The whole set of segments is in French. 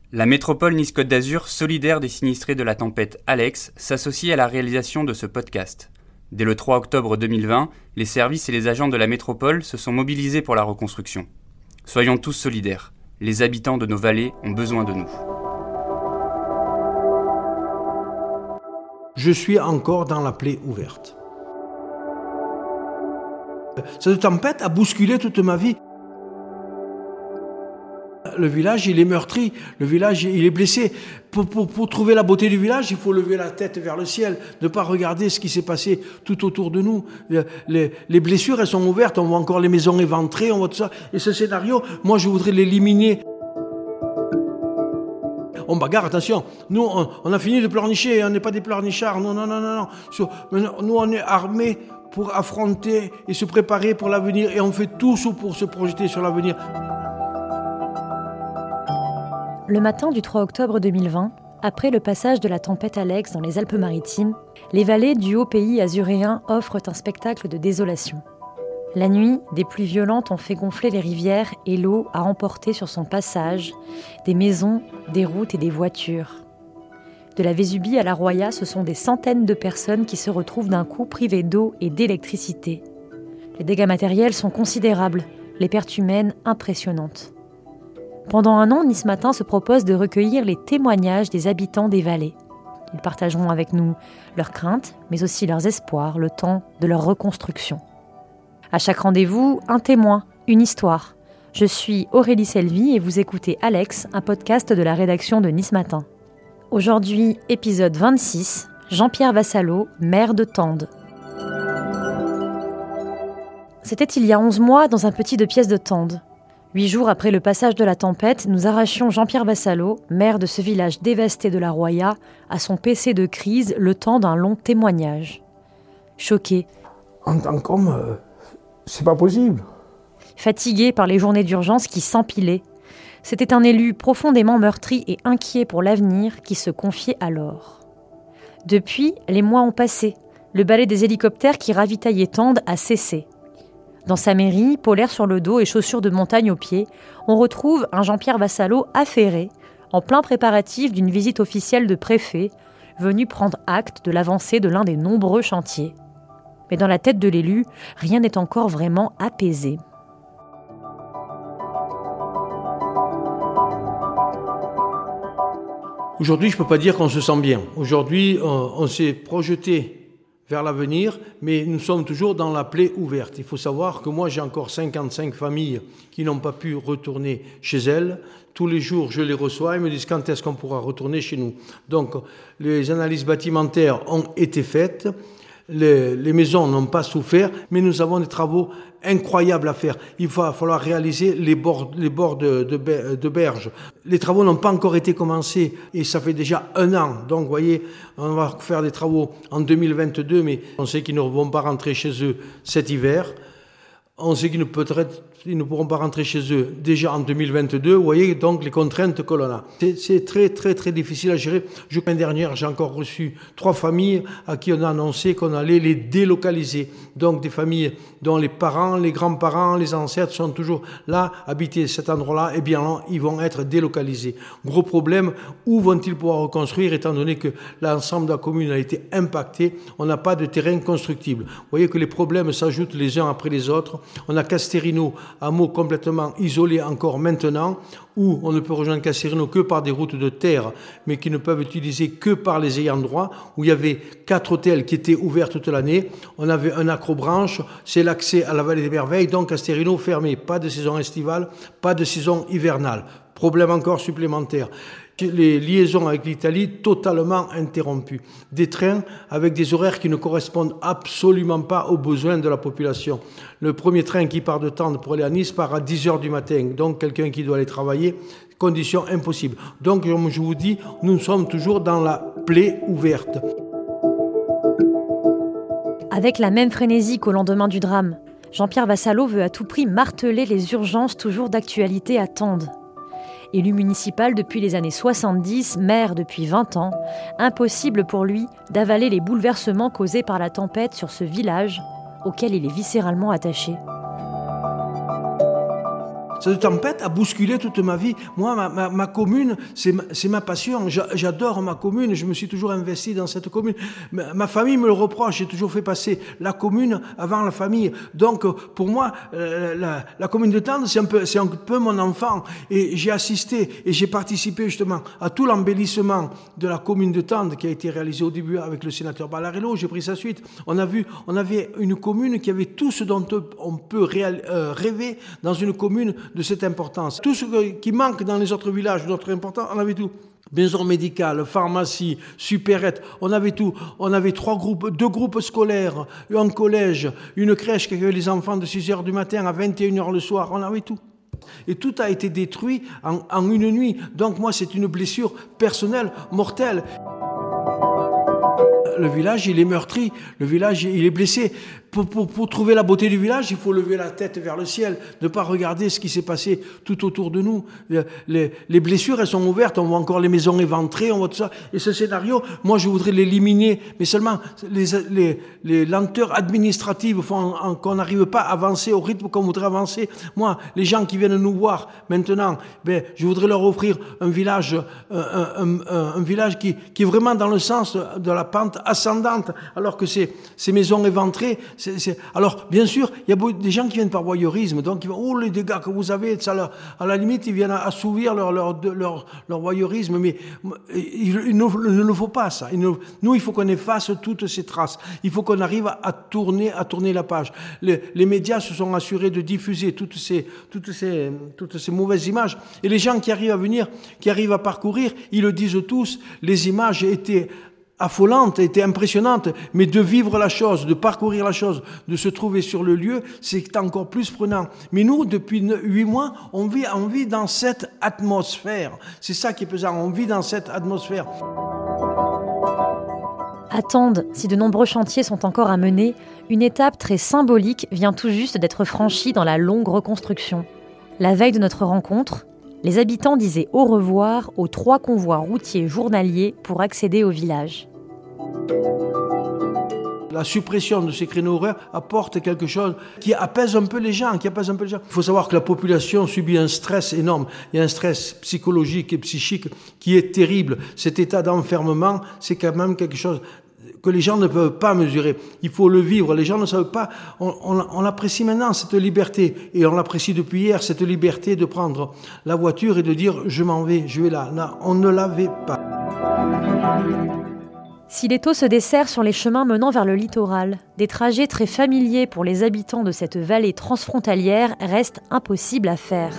La métropole Nice-Côte d'Azur, solidaire des sinistrés de la tempête Alex, s'associe à la réalisation de ce podcast. Dès le 3 octobre 2020, les services et les agents de la métropole se sont mobilisés pour la reconstruction. Soyons tous solidaires. Les habitants de nos vallées ont besoin de nous. Je suis encore dans la plaie ouverte. Cette tempête a bousculé toute ma vie. Le village, il est meurtri, le village, il est blessé. Pour trouver la beauté du village, il faut lever la tête vers le ciel, ne pas regarder ce qui s'est passé tout autour de nous. Les blessures, elles sont ouvertes, on voit encore les maisons éventrées, on voit tout ça. Et ce scénario, moi, je voudrais l'éliminer. On bagarre, attention, nous, on a fini de pleurnicher, on n'est pas des pleurnichards, non. Nous, on est armés pour affronter et se préparer pour l'avenir, et on fait tout pour se projeter sur l'avenir. Le matin du 3 octobre 2020, après le passage de la tempête Alex dans les Alpes-Maritimes, les vallées du haut pays azuréen offrent un spectacle de désolation. La nuit, des pluies violentes ont fait gonfler les rivières et l'eau a emporté sur son passage des maisons, des routes et des voitures. De la Vésubie à la Roya, ce sont des centaines de personnes qui se retrouvent d'un coup privées d'eau et d'électricité. Les dégâts matériels sont considérables, les pertes humaines impressionnantes. Pendant un an, Nice Matin se propose de recueillir les témoignages des habitants des vallées. Ils partageront avec nous leurs craintes, mais aussi leurs espoirs, le temps de leur reconstruction. À chaque rendez-vous, un témoin, une histoire. Je suis Aurélie Selvi et vous écoutez Alex, un podcast de la rédaction de Nice Matin. Aujourd'hui, épisode 26, Jean-Pierre Vassallo, maire de Tende. C'était il y a 11 mois dans un petit 2 pièces de Tende. 8 jours après le passage de la tempête, nous arrachions Jean-Pierre Vassallo, maire de ce village dévasté de la Roya, à son PC de crise le temps d'un long témoignage. Choqué. En tant qu'homme, c'est pas possible. Fatigué par les journées d'urgence qui s'empilaient. C'était un élu profondément meurtri et inquiet pour l'avenir qui se confiait alors. Depuis, les mois ont passé. Le balai des hélicoptères qui ravitaillaient Tende a cessé. Dans sa mairie, polaire sur le dos et chaussures de montagne aux pieds, on retrouve un Jean-Pierre Vassallo affairé, en plein préparatif d'une visite officielle de préfet, venu prendre acte de l'avancée de l'un des nombreux chantiers. Mais dans la tête de l'élu, rien n'est encore vraiment apaisé. Aujourd'hui, je ne peux pas dire qu'on se sent bien. Aujourd'hui, on s'est projeté vers l'avenir, mais nous sommes toujours dans la plaie ouverte. Il faut savoir que moi, j'ai encore 55 familles qui n'ont pas pu retourner chez elles. Tous les jours, je les reçois et me disent quand est-ce qu'on pourra retourner chez nous. Donc, les analyses bâtimentaires ont été faites. Les maisons n'ont pas souffert, mais nous avons des travaux incroyables à faire. Il va falloir réaliser les bords de berge. Les travaux n'ont pas encore été commencés et ça fait déjà 1 an. Donc, vous voyez, on va faire des travaux en 2022, mais on sait qu'ils ne vont pas rentrer chez eux cet hiver. On sait qu'ils ne pourront pas rentrer chez eux déjà en 2022. Vous voyez donc les contraintes que l'on a. C'est très, très, très difficile à gérer. L'année dernière, j'ai encore reçu 3 familles à qui on a annoncé qu'on allait les délocaliser. Donc des familles dont les parents, les grands-parents, les ancêtres sont toujours là, habiter cet endroit-là. Eh bien là, ils vont être délocalisés. Gros problème, où vont-ils pouvoir reconstruire étant donné que l'ensemble de la commune a été impacté? On n'a pas de terrain constructible. Vous voyez que les problèmes s'ajoutent les uns après les autres. On a Castelrino, hameau complètement isolé encore maintenant, où on ne peut rejoindre Castelrino que par des routes de terre, mais qui ne peuvent utiliser que par les ayants droit, où il y avait 4 hôtels qui étaient ouverts toute l'année. On avait un accrobranche, c'est l'accès à la vallée des merveilles, donc Castelrino fermé. Pas de saison estivale, pas de saison hivernale. Problème encore supplémentaire. Les liaisons avec l'Italie totalement interrompues. Des trains avec des horaires qui ne correspondent absolument pas aux besoins de la population. Le premier train qui part de Tende pour aller à Nice part à 10h du matin. Donc quelqu'un qui doit aller travailler, conditions impossibles. Donc comme je vous dis, nous sommes toujours dans la plaie ouverte. Avec la même frénésie qu'au lendemain du drame, Jean-Pierre Vassallo veut à tout prix marteler les urgences toujours d'actualité à Tende. Élu municipal depuis les années 70, maire depuis 20 ans, impossible pour lui d'avaler les bouleversements causés par la tempête sur ce village auquel il est viscéralement attaché. Cette tempête a bousculé toute ma vie. Moi, ma commune, c'est ma passion. J'adore ma commune. Je me suis toujours investi dans cette commune. Ma famille me le reproche. J'ai toujours fait passer la commune avant la famille. Donc, pour moi, la commune de Tende, c'est un peu mon enfant. Et j'ai assisté et j'ai participé justement à tout l'embellissement de la commune de Tende qui a été réalisé au début avec le sénateur Ballarello. J'ai pris sa suite. On avait une commune qui avait tout ce dont on peut rêver dans une commune de cette importance. Tout ce qui manque dans les autres villages d'autres importants, on avait tout. Maison médicale, pharmacie, supérette, on avait tout. On avait 2 groupes scolaires, un collège, une crèche qui accueillait les enfants de 6h du matin à 21h le soir, on avait tout. Et tout a été détruit en une nuit. Donc moi, c'est une blessure personnelle, mortelle. Le village, il est meurtri, le village, il est blessé. Pour trouver la beauté du village, il faut lever la tête vers le ciel, ne pas regarder ce qui s'est passé tout autour de nous. Les blessures, elles sont ouvertes, on voit encore les maisons éventrées, on voit tout ça. Et ce scénario, moi, je voudrais l'éliminer, mais seulement les lenteurs administratives font qu'on n'arrive pas à avancer au rythme qu'on voudrait avancer. Moi, les gens qui viennent nous voir maintenant, je voudrais leur offrir un village qui est vraiment dans le sens de la pente ascendante, alors que ces maisons éventrées, alors, bien sûr, il y a des gens qui viennent par voyeurisme, donc ils vont, les dégâts que vous avez, ça, à la limite, ils viennent assouvir leur voyeurisme, mais il ne faut pas ça. Nous, il faut qu'on efface toutes ces traces. Il faut qu'on arrive à tourner la page. Les médias se sont assurés de diffuser toutes ces mauvaises images, et les gens qui arrivent à parcourir, ils le disent tous, les images étaient affolante, était impressionnante, mais de vivre la chose, de parcourir la chose, de se trouver sur le lieu, c'est encore plus prenant. Mais nous, depuis 8 mois, on vit dans cette atmosphère. C'est ça qui est pesant, on vit dans cette atmosphère. À Tende, si de nombreux chantiers sont encore à mener, une étape très symbolique vient tout juste d'être franchie dans la longue reconstruction. La veille de notre rencontre, les habitants disaient au revoir aux 3 convois routiers journaliers pour accéder au village. La suppression de ces créneaux horaires apporte quelque chose qui apaise un peu les gens. Il faut savoir que la population subit un stress énorme. Il y a un stress psychologique et psychique qui est terrible. Cet état d'enfermement, c'est quand même quelque chose que les gens ne peuvent pas mesurer. Il faut le vivre. Les gens ne savent pas. On apprécie maintenant cette liberté. Et on l'apprécie depuis hier, cette liberté de prendre la voiture et de dire « je m'en vais, je vais là ». Là, on ne l'avait pas. Si l'étau se dessert sur les chemins menant vers le littoral, des trajets très familiers pour les habitants de cette vallée transfrontalière restent impossibles à faire.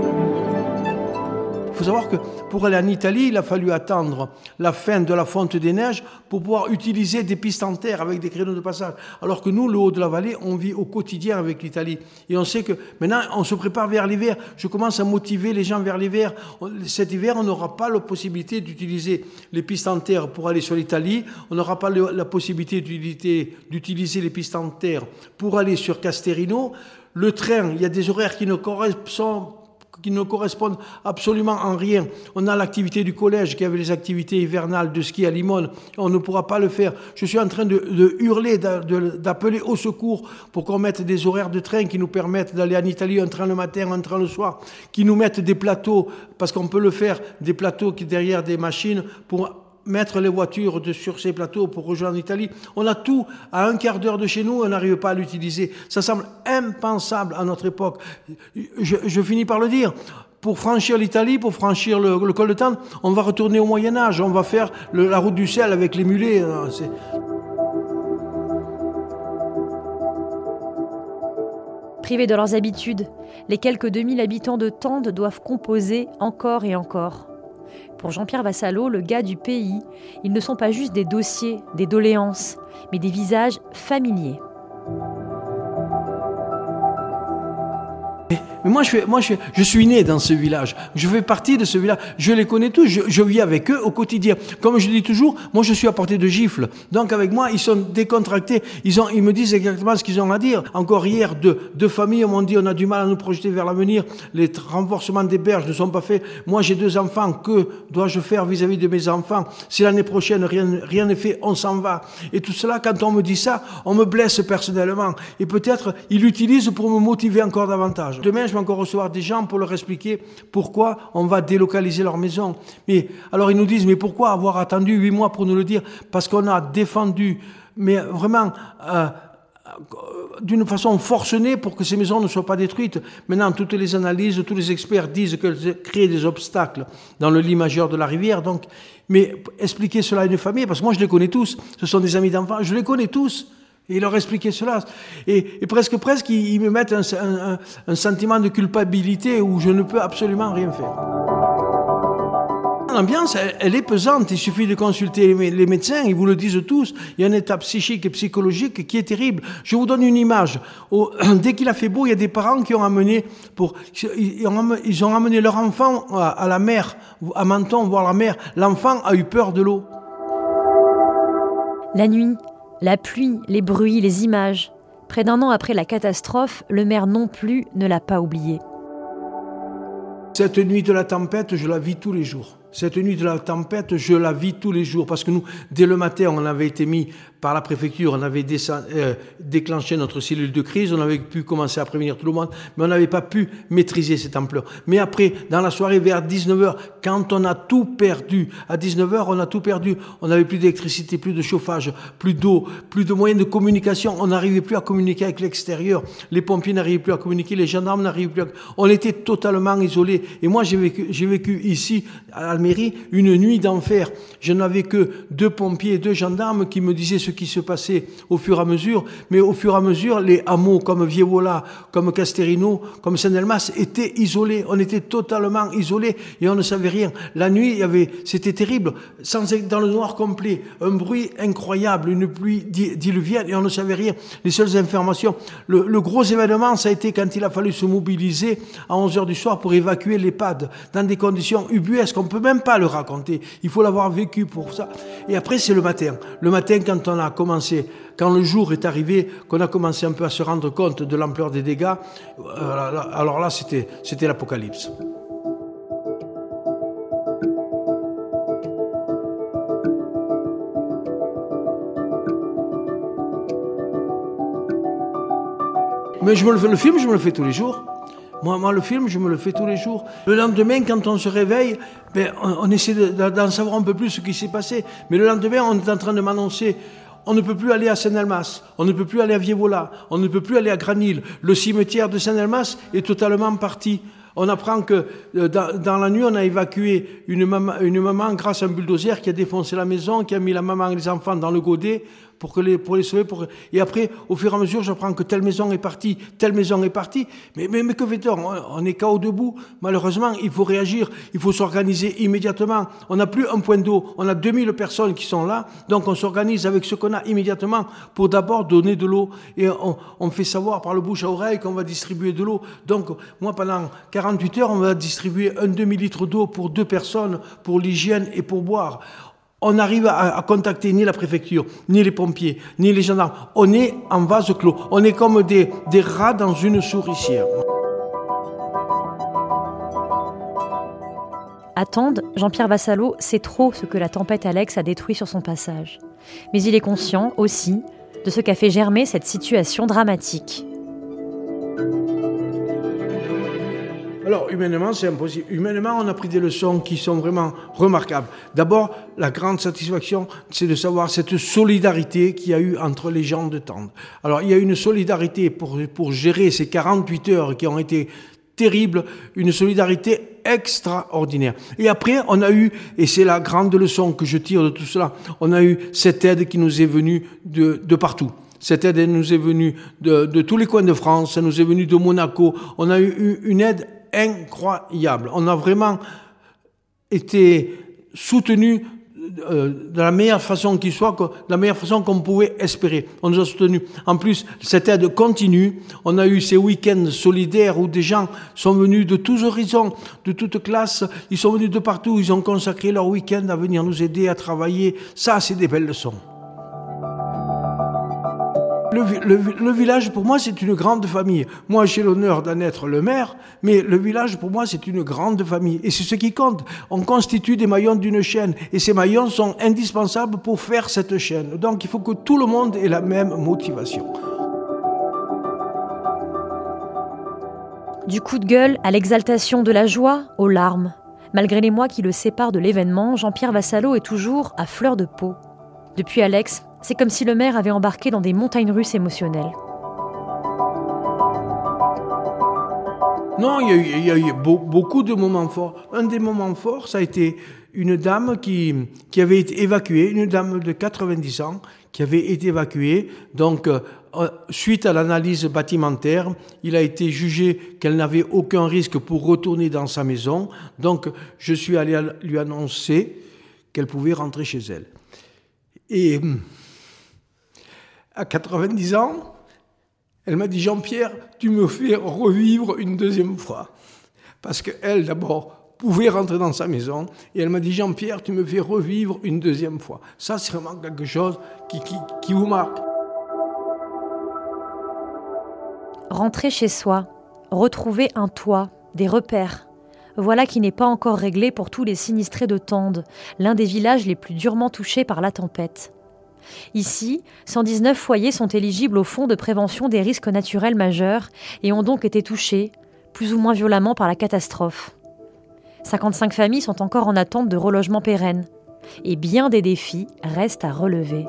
Il faut savoir que pour aller en Italie, il a fallu attendre la fin de la fonte des neiges pour pouvoir utiliser des pistes en terre avec des créneaux de passage. Alors que nous, le haut de la vallée, on vit au quotidien avec l'Italie. Et on sait que maintenant, on se prépare vers l'hiver. Je commence à motiver les gens vers l'hiver. Cet hiver, on n'aura pas la possibilité d'utiliser les pistes en terre pour aller sur l'Italie. On n'aura pas la possibilité d'utiliser les pistes en terre pour aller sur Casterino. Le train, il y a des horaires qui ne correspondent absolument en rien. On a l'activité du collège qui avait les activités hivernales de ski à Limone. On ne pourra pas le faire. Je suis en train de hurler, d'appeler au secours pour qu'on mette des horaires de train qui nous permettent d'aller en Italie, un train le matin, un train le soir, qui nous mettent des plateaux, parce qu'on peut le faire, des plateaux qui derrière des machines pour mettre les voitures sur ces plateaux pour rejoindre l'Italie. On a tout à 1 quart d'heure de chez nous, on n'arrive pas à l'utiliser. Ça semble impensable à notre époque. Je finis par le dire. Pour franchir l'Italie, pour franchir le col de Tende, on va retourner au Moyen-Âge. On va faire la route du sel avec les mulets. Privés de leurs habitudes, les quelques 2000 habitants de Tende doivent composer encore et encore. Pour Jean-Pierre Vassallo, le gars du pays, ils ne sont pas juste des dossiers, des doléances, mais des visages familiers. Mais moi, je suis né dans ce village. Je fais partie de ce village. Je les connais tous. Je vis avec eux au quotidien. Comme je dis toujours, moi, je suis à portée de gifle. Donc, avec moi, ils sont décontractés. Ils me disent exactement ce qu'ils ont à dire. Encore hier, deux familles m'ont dit, on a du mal à nous projeter vers l'avenir. Les renforcements des berges ne sont pas faits. Moi, j'ai 2 enfants. Que dois-je faire vis-à-vis de mes enfants? Si l'année prochaine, rien n'est fait, on s'en va. Et tout cela, quand on me dit ça, on me blesse personnellement. Et peut-être, ils l'utilisent pour me motiver encore davantage. Demain, je vais encore recevoir des gens pour leur expliquer pourquoi on va délocaliser leur maison. Mais alors ils nous disent, mais pourquoi avoir attendu 8 mois pour nous le dire? Parce qu'on a défendu, mais vraiment d'une façon forcenée pour que ces maisons ne soient pas détruites. Maintenant, toutes les analyses, tous les experts disent qu'elles créent des obstacles dans le lit majeur de la rivière. Donc, mais expliquer cela à une famille, parce que moi je les connais tous, ce sont des amis d'enfants, je les connais tous. Et leur expliquer cela. Et presque, ils me mettent un sentiment de culpabilité où je ne peux absolument rien faire. L'ambiance, elle est pesante. Il suffit de consulter les médecins, ils vous le disent tous. Il y a un état psychique et psychologique qui est terrible. Je vous donne une image. Dès qu'il a fait beau, il y a des parents qui ont amené ils ont amené leur enfant à la mer, à Menton, voir la mer. L'enfant a eu peur de l'eau. La nuit, la pluie, les bruits, les images. Près d'1 an après la catastrophe, le maire non plus ne l'a pas oublié. Cette nuit de la tempête, je la vis tous les jours. Cette nuit de la tempête, je la vis tous les jours. Parce que nous, dès le matin, on avait été mis par la préfecture, on avait déclenché notre cellule de crise, on avait pu commencer à prévenir tout le monde, mais on n'avait pas pu maîtriser cette ampleur. Mais après, dans la soirée, vers 19h, quand on a tout perdu, à 19h, on a tout perdu. On n'avait plus d'électricité, plus de chauffage, plus d'eau, plus de moyens de communication. On n'arrivait plus à communiquer avec l'extérieur. Les pompiers n'arrivaient plus à communiquer, les gendarmes n'arrivaient plus à... On était totalement isolés. Et moi, j'ai vécu ici, à Almérie, une nuit d'enfer. Je n'avais que 2 pompiers et 2 gendarmes qui me disaient ce qui se passait au fur et à mesure. Mais au fur et à mesure, les hameaux comme Vievola, comme Casterino, comme Saint-Delmas étaient isolés. On était totalement isolés et on ne savait rien. La nuit, c'était terrible, dans le noir complet, un bruit incroyable, une pluie diluvienne et on ne savait rien. Les seules informations, le gros événement, ça a été quand il a fallu se mobiliser à 11h du soir pour évacuer l'EHPAD dans des conditions ubuesques. On ne peut même pas le raconter. Il faut l'avoir vécu pour ça. Et après, c'est le matin. Le matin, quand le jour est arrivé, qu'on a commencé un peu à se rendre compte de l'ampleur des dégâts, alors là, c'était l'apocalypse. Mais le film, je me le fais tous les jours. Moi, le film, je me le fais tous les jours. Le lendemain, quand on se réveille, on essaie d'en savoir un peu plus ce qui s'est passé. Mais le lendemain, on est en train de m'annoncer, on ne peut plus aller à Saint-Delmas, on ne peut plus aller à Vievola, on ne peut plus aller à Granil. Le cimetière de Saint-Delmas est totalement parti. On apprend que dans la nuit, on a évacué une maman grâce à un bulldozer qui a défoncé la maison, qui a mis la maman et les enfants dans le godet pour les sauver. Et après, au fur et à mesure, j'apprends que telle maison est partie. Mais que fait-on? On est KO debout. Malheureusement, il faut réagir, il faut s'organiser immédiatement. On n'a plus un point d'eau, on a 2000 personnes qui sont là, donc on s'organise avec ce qu'on a immédiatement pour d'abord donner de l'eau. Et on fait savoir par le bouche à oreille qu'on va distribuer de l'eau. Donc, moi, pendant 48 heures, on va distribuer un demi-litre d'eau pour 2 personnes, pour l'hygiène et pour boire. On n'arrive à contacter ni la préfecture, ni les pompiers, ni les gendarmes. On est en vase clos. On est comme des rats dans une souricière. À Tende, Jean-Pierre Vassallo sait trop ce que la tempête Alex a détruit sur son passage. Mais il est conscient aussi de ce qu'a fait germer cette situation dramatique. Alors, humainement, c'est impossible. Humainement, on a pris des leçons qui sont vraiment remarquables. D'abord, la grande satisfaction, c'est de savoir cette solidarité qu'il y a eu entre les gens de Tende. Alors, il y a une solidarité pour gérer ces 48 heures qui ont été terribles, une solidarité extraordinaire. Et après, on a eu, et c'est la grande leçon que je tire de tout cela, on a eu cette aide qui nous est venue de partout. Cette aide nous est venue de tous les coins de France, elle nous est venue de Monaco. On a eu une aide incroyable. On a vraiment été soutenus de la meilleure façon qui soit, de la meilleure façon qu'on pouvait espérer. On nous a soutenus. En plus, cette aide continue. On a eu ces week-ends solidaires où des gens sont venus de tous horizons, de toutes classes. Ils sont venus de partout. Ils ont consacré leur week-end à venir nous aider à travailler. Ça, c'est des belles leçons. Le village, pour moi, c'est une grande famille. Moi, j'ai l'honneur d'en être le maire, mais le village, pour moi, c'est une grande famille. Et c'est ce qui compte. On constitue des maillons d'une chaîne. Et ces maillons sont indispensables pour faire cette chaîne. Donc, il faut que tout le monde ait la même motivation. Du coup de gueule à l'exaltation de la joie, aux larmes. Malgré les mois qui le séparent de l'événement, Jean-Pierre Vassallo est toujours à fleur de peau. Depuis Alex, c'est comme si le maire avait embarqué dans des montagnes russes émotionnelles. Non, il y a eu beaucoup de moments forts. Un des moments forts, ça a été une dame qui avait été évacuée, une dame de 90 ans, qui avait été évacuée. Donc, suite à l'analyse bâtimentaire, il a été jugé qu'elle n'avait aucun risque pour retourner dans sa maison. Donc, je suis allé lui annoncer qu'elle pouvait rentrer chez elle. Et à 90 ans, elle m'a dit « Jean-Pierre, tu me fais revivre une deuxième fois. » Parce qu'elle, d'abord, pouvait rentrer dans sa maison. Et elle m'a dit « Jean-Pierre, tu me fais revivre une deuxième fois. » Ça, c'est vraiment quelque chose qui vous marque. Rentrer chez soi, retrouver un toit, des repères. Voilà qui n'est pas encore réglé pour tous les sinistrés de Tende, l'un des villages les plus durement touchés par la tempête. Ici, 119 foyers sont éligibles au fonds de prévention des risques naturels majeurs et ont donc été touchés, plus ou moins violemment, par la catastrophe. 55 familles sont encore en attente de relogement pérenne. Et bien des défis restent à relever.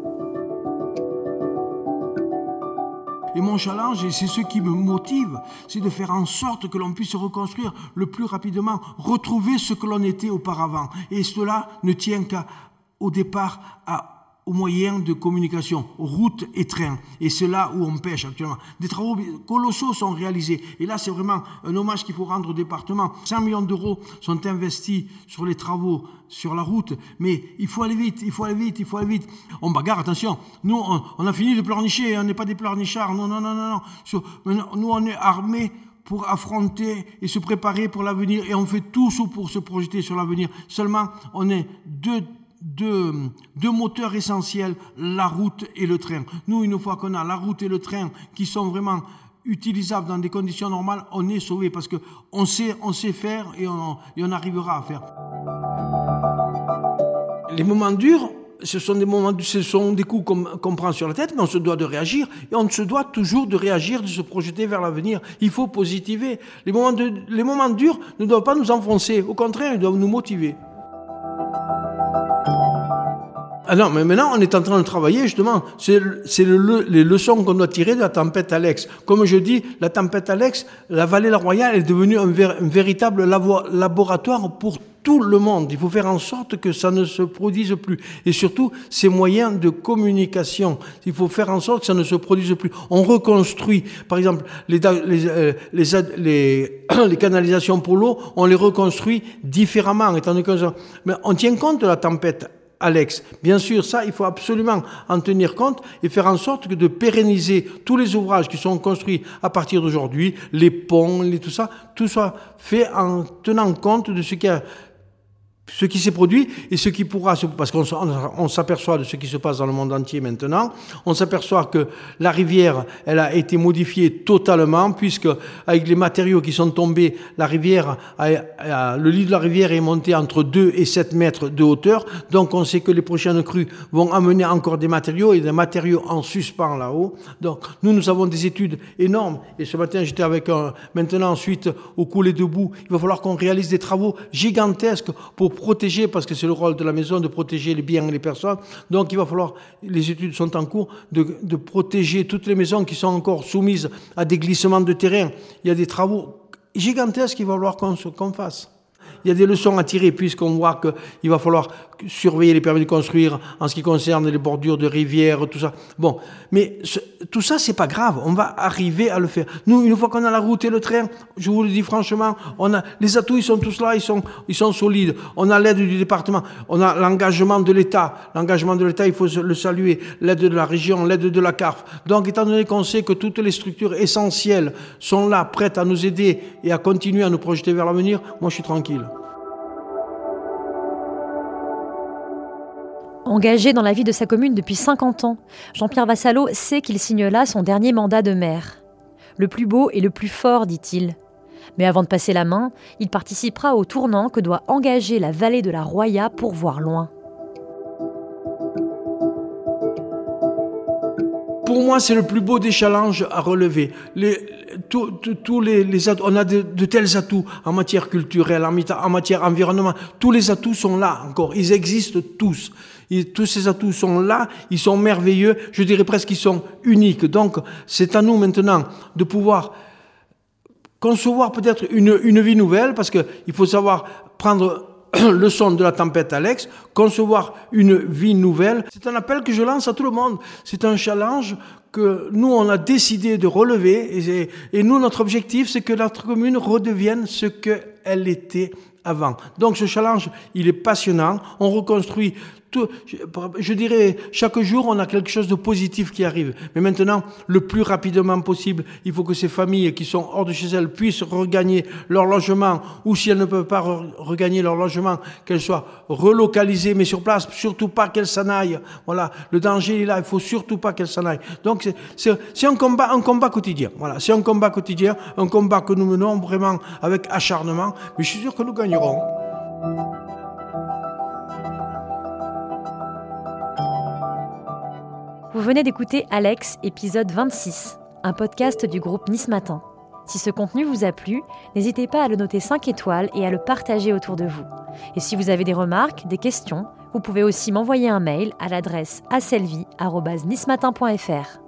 Et mon challenge, et c'est ce qui me motive, c'est de faire en sorte que l'on puisse reconstruire le plus rapidement, retrouver ce que l'on était auparavant. Et cela ne tient qu'au départ aux moyens de communication, routes et trains. Et c'est là où on pêche actuellement. Des travaux colossaux sont réalisés. Et là, c'est vraiment un hommage qu'il faut rendre au département. 100 millions d'euros sont investis sur les travaux, sur la route. Mais il faut aller vite, il faut aller vite, il faut aller vite. On bagarre, attention. Nous, on a fini de pleurnicher. On n'est pas des pleurnichards. Non. Nous, on est armés pour affronter et se préparer pour l'avenir. Et on fait tout pour se projeter sur l'avenir. Seulement, on est deux moteurs essentiels, la route et le train. Nous, une fois qu'on a la route et le train qui sont vraiment utilisables dans des conditions normales, on est sauvé parce qu'on sait faire et on arrivera à faire. Les moments durs, ce sont des coups qu'on prend sur la tête, mais on se doit de réagir et on se doit toujours de réagir, de se projeter vers l'avenir. Il faut positiver. Les moments durs ne doivent pas nous enfoncer. Au contraire, ils doivent nous motiver. Ah non, mais maintenant, on est en train de travailler, justement. C'est les leçons qu'on doit tirer de la tempête Alex. Comme je dis, la tempête Alex, la vallée La Royale est devenue un véritable laboratoire pour tout le monde. Il faut faire en sorte que ça ne se produise plus. Et surtout, ces moyens de communication. Il faut faire en sorte que ça ne se produise plus. On reconstruit, par exemple, les canalisations pour l'eau, on les reconstruit différemment. Mais on tient compte de la tempête Alex. Bien sûr, ça, il faut absolument en tenir compte et faire en sorte que de pérenniser tous les ouvrages qui sont construits à partir d'aujourd'hui, les ponts, tout soit fait en tenant compte de ce qui s'est produit et ce qui pourra se... Parce qu'on s'aperçoit de ce qui se passe dans le monde entier maintenant. On s'aperçoit que la rivière, elle a été modifiée totalement puisque avec les matériaux qui sont tombés, le lit de la rivière est monté entre 2 et 7 mètres de hauteur. Donc on sait que les prochaines crues vont amener encore des matériaux et des matériaux en suspens là-haut. Donc nous avons des études énormes. Et ce matin, j'étais avec maintenant, suite au coulé de boue, il va falloir qu'on réalise des travaux gigantesques pour protéger, parce que c'est le rôle de la maison de protéger les biens et les personnes. Donc il va falloir, les études sont en cours, de protéger toutes les maisons qui sont encore soumises à des glissements de terrain. Il y a des travaux gigantesques qu'il va falloir qu'on fasse. Il y a des leçons à tirer puisqu'on voit qu'il va falloir surveiller les permis de construire en ce qui concerne les bordures de rivières, tout ça. Bon, mais tout ça, c'est pas grave. On va arriver à le faire. Nous, une fois qu'on a la route et le train, je vous le dis franchement, les atouts, ils sont tous là, ils sont solides. On a l'aide du département, on a l'engagement de l'État. L'engagement de l'État, il faut le saluer. L'aide de la région, l'aide de la CARF. Donc, étant donné qu'on sait que toutes les structures essentielles sont là, prêtes à nous aider et à continuer à nous projeter vers l'avenir, moi, je suis tranquille. Engagé dans la vie de sa commune depuis 50 ans, Jean-Pierre Vassallo sait qu'il signe là son dernier mandat de maire. Le plus beau et le plus fort, dit-il. Mais avant de passer la main, il participera au tournant que doit engager la vallée de la Roya pour voir loin. Pour moi, c'est le plus beau des challenges à relever. tous les atouts, on a de tels atouts en matière culturelle, en matière environnement. Tous les atouts sont là encore. Ils existent tous. Tous ces atouts sont là, ils sont merveilleux, je dirais presque qu'ils sont uniques. Donc, c'est à nous maintenant de pouvoir concevoir peut-être une vie nouvelle, parce qu'il faut savoir prendre leçon de la tempête Alex, concevoir une vie nouvelle. C'est un appel que je lance à tout le monde. C'est un challenge que nous, on a décidé de relever. Et nous, notre objectif, c'est que notre commune redevienne ce qu'elle était avant. Donc, ce challenge, il est passionnant. On reconstruit tout. Je dirais, chaque jour, on a quelque chose de positif qui arrive. Mais maintenant, le plus rapidement possible, il faut que ces familles qui sont hors de chez elles puissent regagner leur logement, ou si elles ne peuvent pas regagner leur logement, qu'elles soient relocalisées, mais sur place, surtout pas qu'elles s'en aillent. Voilà, le danger est là, il faut surtout pas qu'elles s'en aillent. Donc, c'est un combat quotidien. Voilà, c'est un combat quotidien, un combat que nous menons vraiment avec acharnement, mais je suis sûr que nous gagnerons. Vous venez d'écouter Alex, épisode 26, un podcast du groupe Nice Matin. Si ce contenu vous a plu, n'hésitez pas à le noter 5 étoiles et à le partager autour de vous. Et si vous avez des remarques, des questions, vous pouvez aussi m'envoyer un mail à l'adresse aselvi@nicematin.fr.